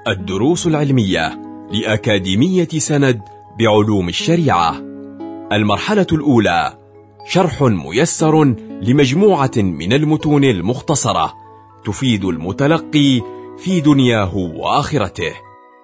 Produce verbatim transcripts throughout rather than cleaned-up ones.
الدروس العلمية لأكاديمية سند بعلوم الشريعة. المرحلة الأولى: شرح ميسر لمجموعة من المتون المختصرة تفيد المتلقي في دنياه وآخرته.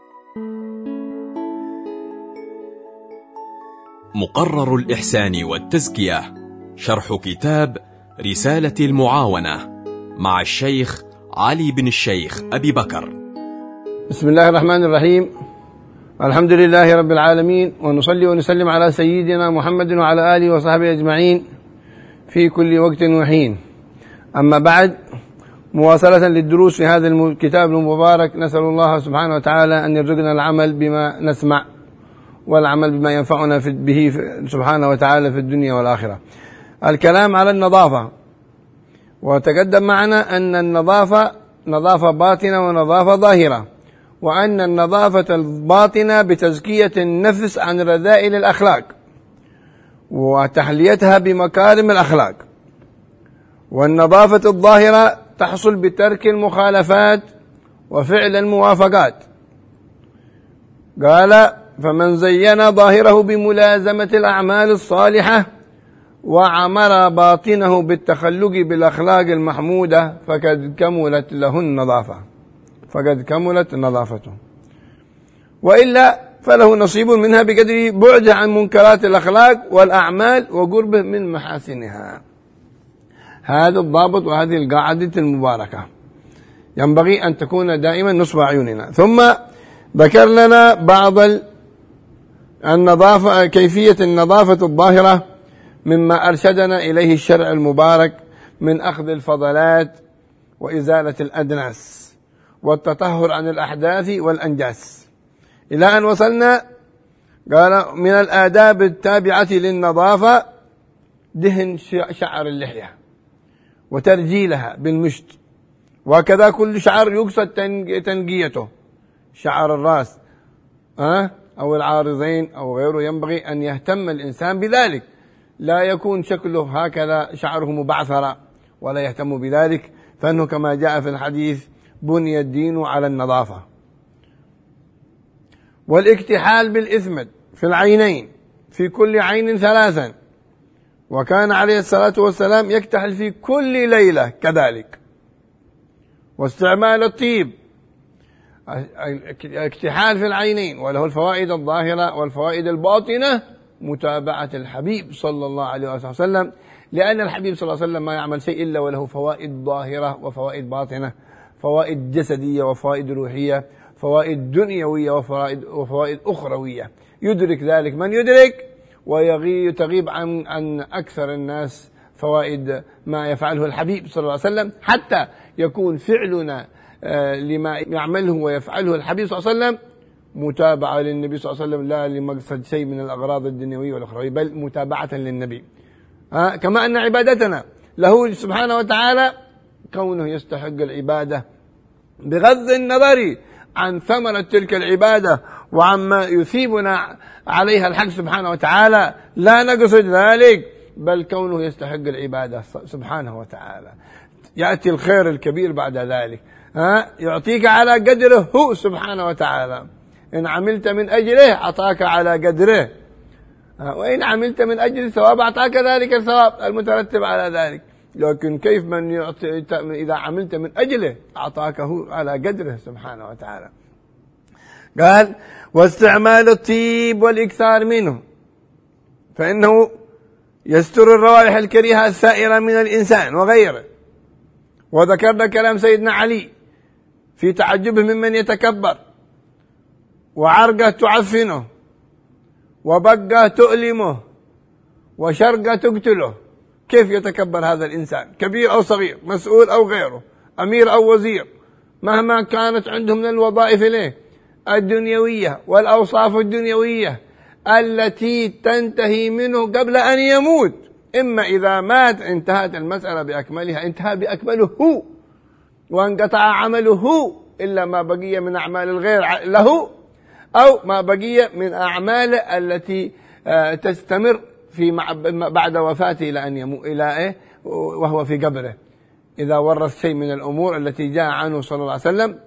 مقرر الإحسان والتزكية، شرح كتاب رسالة المعاونة مع الشيخ علي بن الشيخ أبي بكر. بسم الله الرحمن الرحيم. الحمد لله رب العالمين، ونصلي ونسلم على سيدنا محمد وعلى آله وصحبه أجمعين في كل وقت وحين. أما بعد، مواصلة للدروس في هذا الكتاب المبارك، نسأل الله سبحانه وتعالى أن يرزقنا العمل بما نسمع والعمل بما ينفعنا به سبحانه وتعالى في الدنيا والآخرة. الكلام على النظافة، وتقدم معنا أن النظافة نظافة باطنة ونظافة ظاهرة، وأن النظافة الباطنة بتزكية النفس عن رذائل الأخلاق وتحليتها بمكارم الأخلاق، والنظافة الظاهرة تحصل بترك المخالفات وفعل الموافقات. قال: فمن زين ظاهره بملازمة الأعمال الصالحة وعمر باطنه بالتخلق بالأخلاق المحمودة فقد كملت له النظافة فقد كملت نظافته، وإلا فله نصيب منها بقدر بعد عن منكرات الأخلاق والأعمال وقربه من محاسنها. هذا الضابط وهذه القاعدة المباركة ينبغي أن تكون دائما نصب عيوننا. ثم ذكر لنا بعض النظافة، كيفية النظافة الظاهرة مما أرشدنا إليه الشرع المبارك من أخذ الفضلات وإزالة الأدناس والتطهر عن الأحداث والأنجاس، إلى أن وصلنا قال: من الآداب التابعة للنظافة دهن شعر اللحية وترجيلها بالمشط، وكذا كل شعر يقصد تنقيته، شعر الرأس أه؟ أو العارضين أو غيره، ينبغي أن يهتم الإنسان بذلك، لا يكون شكله هكذا شعره مبعثرا ولا يهتم بذلك، فإنه كما جاء في الحديث: بني الدين على النظافة. والاكتحال بالإثمد في العينين، في كل عين ثلاثا، وكان عليه الصلاة والسلام يكتحل في كل ليلة كذلك. واستعمال الطيب، الاكتحال في العينين وله الفوائد الظاهرة والفوائد الباطنة، متابعة الحبيب صلى الله عليه وسلم، لأن الحبيب صلى الله عليه وسلم ما يعمل شيء إلا وله فوائد ظاهرة وفوائد باطنة، فوائد جسدية وفوائد روحية، فوائد دنيوية وفوائد, وفوائد أخروية، يدرك ذلك من يدرك، ويغيب تغيب عن, عن أكثر الناس فوائد ما يفعله الحبيب صلى الله عليه وسلم، حتى يكون فعلنا لما يعمله ويفعله الحبيب صلى الله عليه وسلم متابعة للنبي صلى الله عليه وسلم، لا لمقصد شيء من الأغراض الدنيوية والأخروية، بل متابعة للنبي. آه كما أن عبادتنا له سبحانه وتعالى كونه يستحق العبادة بغض النظر عن ثمرة تلك العبادة وعما يثيبنا عليها الحق سبحانه وتعالى، لا نقصد ذلك، بل كونه يستحق العبادة سبحانه وتعالى. يأتي الخير الكبير بعد ذلك، ها يعطيك على قدره هو سبحانه وتعالى. إن عملت من أجله أعطاك على قدره، وإن عملت من أجل الثواب أعطاك ذلك الثواب المترتب على ذلك. لكن كيف من يعطي إذا عملت من أجله أعطاك هو على قدره سبحانه وتعالى. قال: واستعمال الطيب والإكثار منه، فإنه يستر الروائح الكريهة السائرة من الإنسان وغيره. وذكرنا كلام سيدنا علي في تعجبه ممن يتكبر، وعرقه تعفنه، وبقه تؤلمه، وشرقه تقتله. كيف يتكبر هذا الإنسان، كبير أو صغير، مسؤول أو غيره، أمير أو وزير، مهما كانت عنده من الوظائف له الدنيوية والأوصاف الدنيوية التي تنتهي منه قبل أن يموت. إما إذا مات انتهت المسألة بأكملها، انتهى بأكمله هو، وانقطع عمله هو، إلا ما بقي من أعمال الغير له، أو ما بقي من أعماله التي تستمر في بعد وفاته إلى أن يموت، إلى إيه وهو في قبره، إذا ورث شيء من الأمور التي جاء عنه صلى الله عليه وسلم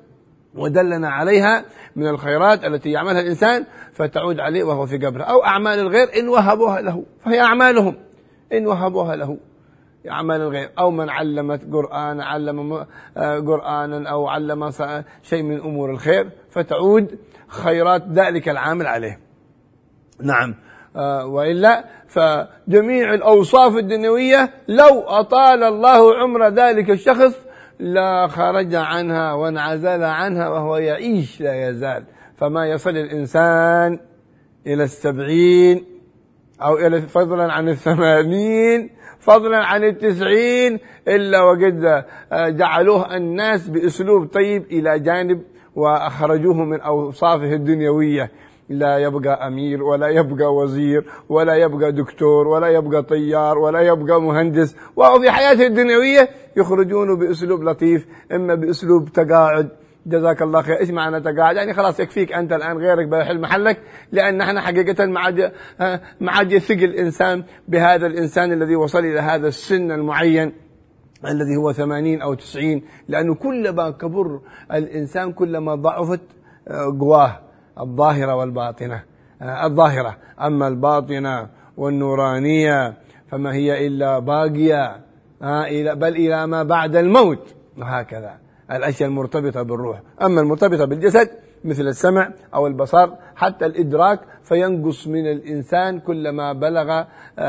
ودلنا عليها من الخيرات التي يعملها الإنسان فتعود عليه وهو في قبره، أو أعمال الغير إن وهبوها له فهي أعمالهم إن وهبوها له أعمال الغير، أو من علمت قرآن علم قرآنا أو علم شيء من أمور الخير فتعود خيرات ذلك العامل عليه. نعم. وإلا فجميع الأوصاف الدنيوية لو أطال الله عمر ذلك الشخص لا خرج عنها وانعزل عنها وهو يعيش لا يزال. فما يصل الإنسان إلى السبعين أو إلى فضلا عن الثمانين فضلا عن التسعين إلا وقد جعلوه الناس بأسلوب طيب إلى جانب وأخرجوه من أوصافه الدنيوية، لا يبقى أمير ولا يبقى وزير ولا يبقى دكتور ولا يبقى طيار ولا يبقى مهندس، وهو في حياته الدنيوية يخرجونه بأسلوب لطيف، إما بأسلوب تقاعد. جزاك الله خير. إيش معنى تقاعد؟ يعني خلاص يكفيك أنت الآن، غيرك بيحل محلك، لأن نحن حقيقة ما عاد ما عاد يثق الإنسان بهذا الإنسان الذي وصل إلى هذا السن المعين الذي هو ثمانين أو تسعين، لأنه كلما كبر الإنسان كلما ضعفت قواه الظاهرة والباطنة. الظاهرة، أما الباطنة والنورانية فما هي إلا باقية بل إلى ما بعد الموت، وهكذا الأشياء المرتبطة بالروح. أما المرتبطة بالجسد مثل السمع أو البصر حتى الإدراك فينقص من الإنسان كلما بلغ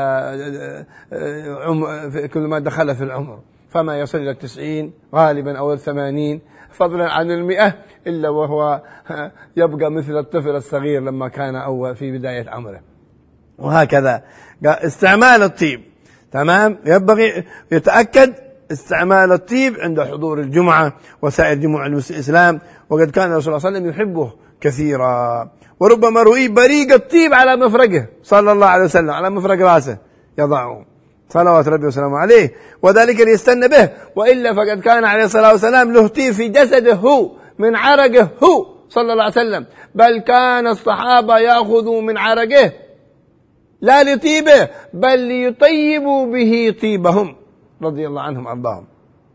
كلما دخل في العمر، فما يصل إلى التسعين غالبا أو الثمانين فضلا عن المئة إلا وهو يبقى مثل الطفل الصغير لما كان أول في بداية عمره. وهكذا استعمال الطيب تمام، ينبغي يتأكد استعمال الطيب عند حضور الجمعة وسائر جموع الإسلام، وقد كان الرسول صلى الله عليه وسلم يحبه كثيرا، وربما رؤي بريق الطيب على مفرقه صلى الله عليه وسلم، على مفرق رأسه يضعه صلوات ربي وسلامه عليه، وذلك ليستنى به، وإلا فقد كان عليه الصلاة والسلام له طيب في جسده هو من عرقه هو صلى الله عليه وسلم، بل كان الصحابة يأخذوا من عرقه لا لطيبه بل ليطيبوا به طيبهم رضي الله عنهم أرضاهم،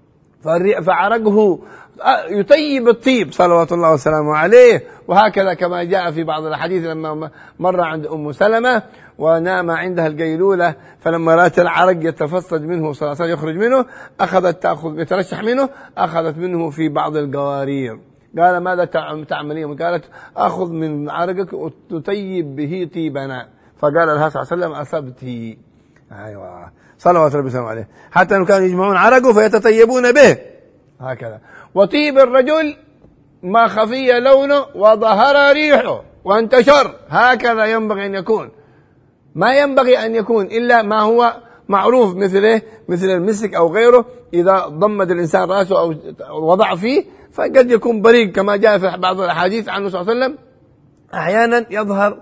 فعرقه يطيب الطيب صلوات الله وسلامه عليه. وهكذا كما جاء في بعض الحديث لما مر عند أم سلمة ونام عندها القيلولة، فلما رأت العرق يتفصد منه صلى الله عليه وسلم يخرج منه أخذت تأخذ يترشح منه، أخذت منه في بعض القوارير. قال ماذا تعملين؟ قالت أخذ من عرقك وتطيب به طيبنا. فقال لها صلى الله عليه وسلم أصبتي. أيوة صلوات ربي وسلامه عليه، حتى أنهم كانوا يجمعون عرقه فيتطيبون به هكذا. وطيب الرجل ما خفي لونه وظهر ريحه وانتشر، هكذا ينبغي أن يكون، ما ينبغي أن يكون إلا ما هو معروف مثله مثل المسك أو غيره، إذا ضمد الإنسان رأسه أو وضع فيه فقد يكون بريق، كما جاء في بعض الأحاديث عنه صلى الله عليه وسلم أحيانا يظهر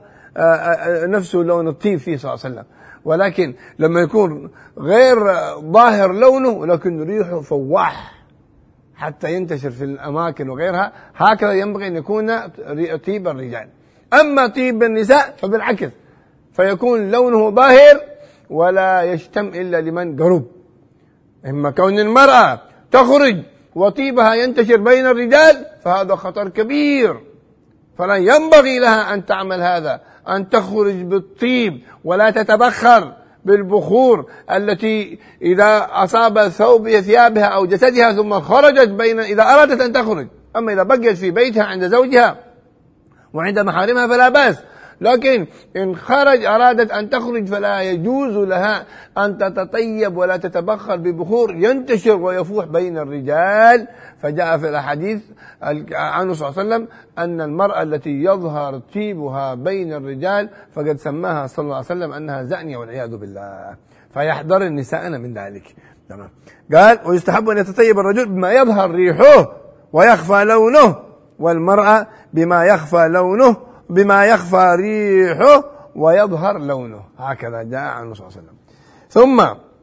نفسه لون الطيب فيه صلى الله عليه وسلم، ولكن لما يكون غير ظاهر لونه ولكن ريحه فواح حتى ينتشر في الأماكن وغيرها، هكذا ينبغي أن يكون طيب الرجال. أما طيب النساء فبالعكس، فيكون لونه ظاهر ولا يشتم إلا لمن قرب. إما كون المرأة تخرج وطيبها ينتشر بين الرجال فهذا خطر كبير، فلا ينبغي لها أن تعمل هذا، أن تخرج بالطيب ولا تتبخر بالبخور التي إذا أصاب ثوب ثيابها أو جسدها ثم خرجت بين إذا أرادت أن تخرج. أما إذا بقيت في بيتها عند زوجها وعند محارمها فلا بأس، لكن إن خرج أرادت أن تخرج فلا يجوز لها أن تتطيب ولا تتبخر ببخور ينتشر ويفوح بين الرجال. فجاء في الحديث عنه صلى الله عليه وسلم أن المرأة التي يظهر طيبها بين الرجال فقد سماها صلى الله عليه وسلم أنها زانية والعياذ بالله، فيحذر النساء من ذلك. تمام. قال ويستحب أن يتطيب الرجل بما يظهر ريحه ويخفى لونه، والمرأة بما يخفى لونه بما يخفى ريحه ويظهر لونه، هكذا جاء عنه صلى الله عليه وسلم. ثم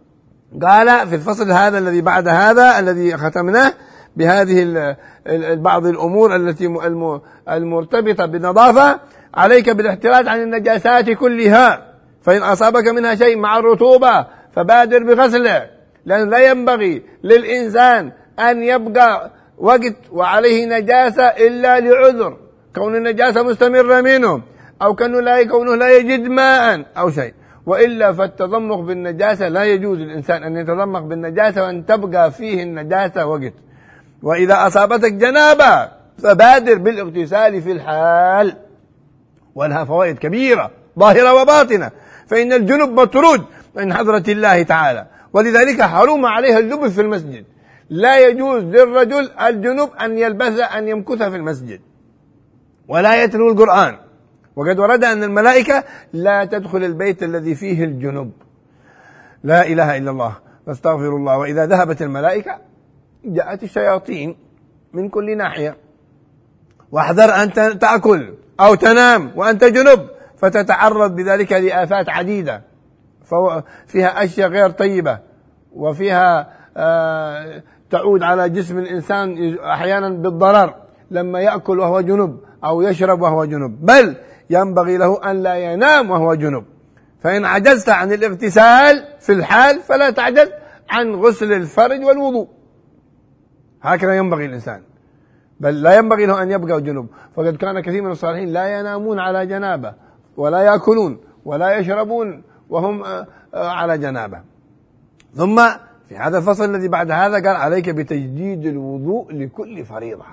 قال في الفصل هذا الذي بعد هذا الذي ختمناه بهذه بعض الأمور التي المرتبطة بالنظافة: عليك بالاحتراز عن النجاسات كلها، فإن أصابك منها شيء مع الرطوبة فبادر بغسله، لأن لا ينبغي للإنسان أن يبقى وقت وعليه نجاسة إلا لعذر، كون النجاسة مستمرة منه، أو كونه لا كونه لا يجد ماء أو شيء، وإلا فالتضمخ بالنجاسة لا يجوز للإنسان أن يتضمخ بالنجاسة وأن تبقى فيه النجاسة وقت. وإذا أصابتك جنابة فبادر بالاغتسال في الحال، ولها فوائد كبيرة ظاهرة وباطنة، فإن الجنب مطرود من حضرة الله تعالى، ولذلك حرم عليها اللبث في المسجد. لا يجوز للرجل الجنب أن يلبث أن يمكث في المسجد ولا يتلو القرآن، وقد ورد أن الملائكة لا تدخل البيت الذي فيه الجنب. لا إله إلا الله، نستغفر الله. وإذا ذهبت الملائكة جاءت الشياطين من كل ناحية، واحذر أن تأكل أو تنام وأنت جنب فتتعرض بذلك لآفات عديدة فيها أشياء غير طيبة، وفيها آه تعود على جسم الإنسان أحيانا بالضرر لما يأكل وهو جنب أو يشرب وهو جنب، بل ينبغي له أن لا ينام وهو جنب. فإن عجزت عن الاغتسال في الحال فلا تعجز عن غسل الفرج والوضوء، هكذا ينبغي الإنسان، بل لا ينبغي له أن يبقى جنب. فقد كان كثير من الصالحين لا ينامون على جنابه ولا يأكلون ولا يشربون وهم على جنابه. ثم في هذا الفصل الذي بعد هذا قال عليك بتجديد الوضوء لكل فريضة،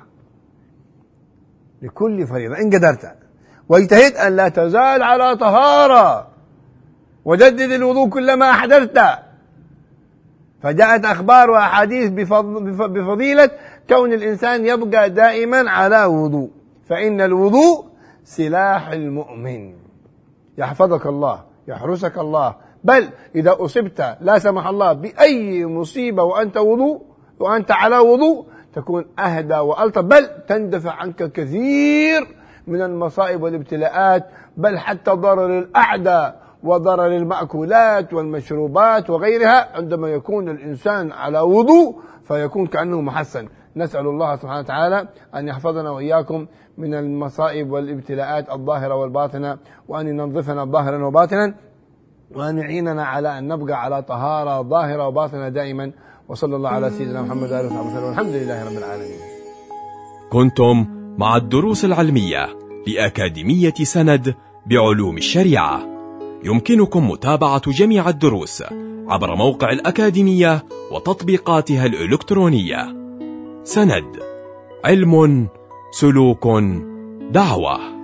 لكل فريضة إن قدرت، واجتهد أن لا تزال على طهارة، وجدد الوضوء كلما أحدثت. فجاءت أخبار وأحاديث بفضيلة كون الإنسان يبقى دائما على وضوء، فإن الوضوء سلاح المؤمن، يحفظك الله يحرسك الله، بل إذا أصبت لا سمح الله بأي مصيبة وأنت وضوء وأنت على وضوء تكون أهدى وألطف، بل تندفع عنك كثير من المصائب والابتلاءات، بل حتى ضرر الأعداء وضرر المأكولات والمشروبات وغيرها. عندما يكون الإنسان على وضوء فيكون كأنه محسن. نسأل الله سبحانه وتعالى أن يحفظنا وإياكم من المصائب والابتلاءات الظاهرة والباطنة، وأن ينظفنا ظاهرا وباطنا، وأن يعيننا على أن نبقى على طهارة ظاهرة وباطنة دائما. وصلى الله على سيدنا محمد وآله وصحبه وسلم، والحمد لله رب العالمين. كنتم مع الدروس العلمية لأكاديمية سند بعلوم الشريعة. يمكنكم متابعة جميع الدروس عبر موقع الأكاديمية وتطبيقاتها الإلكترونية. سند، علم، سلوك، دعوة.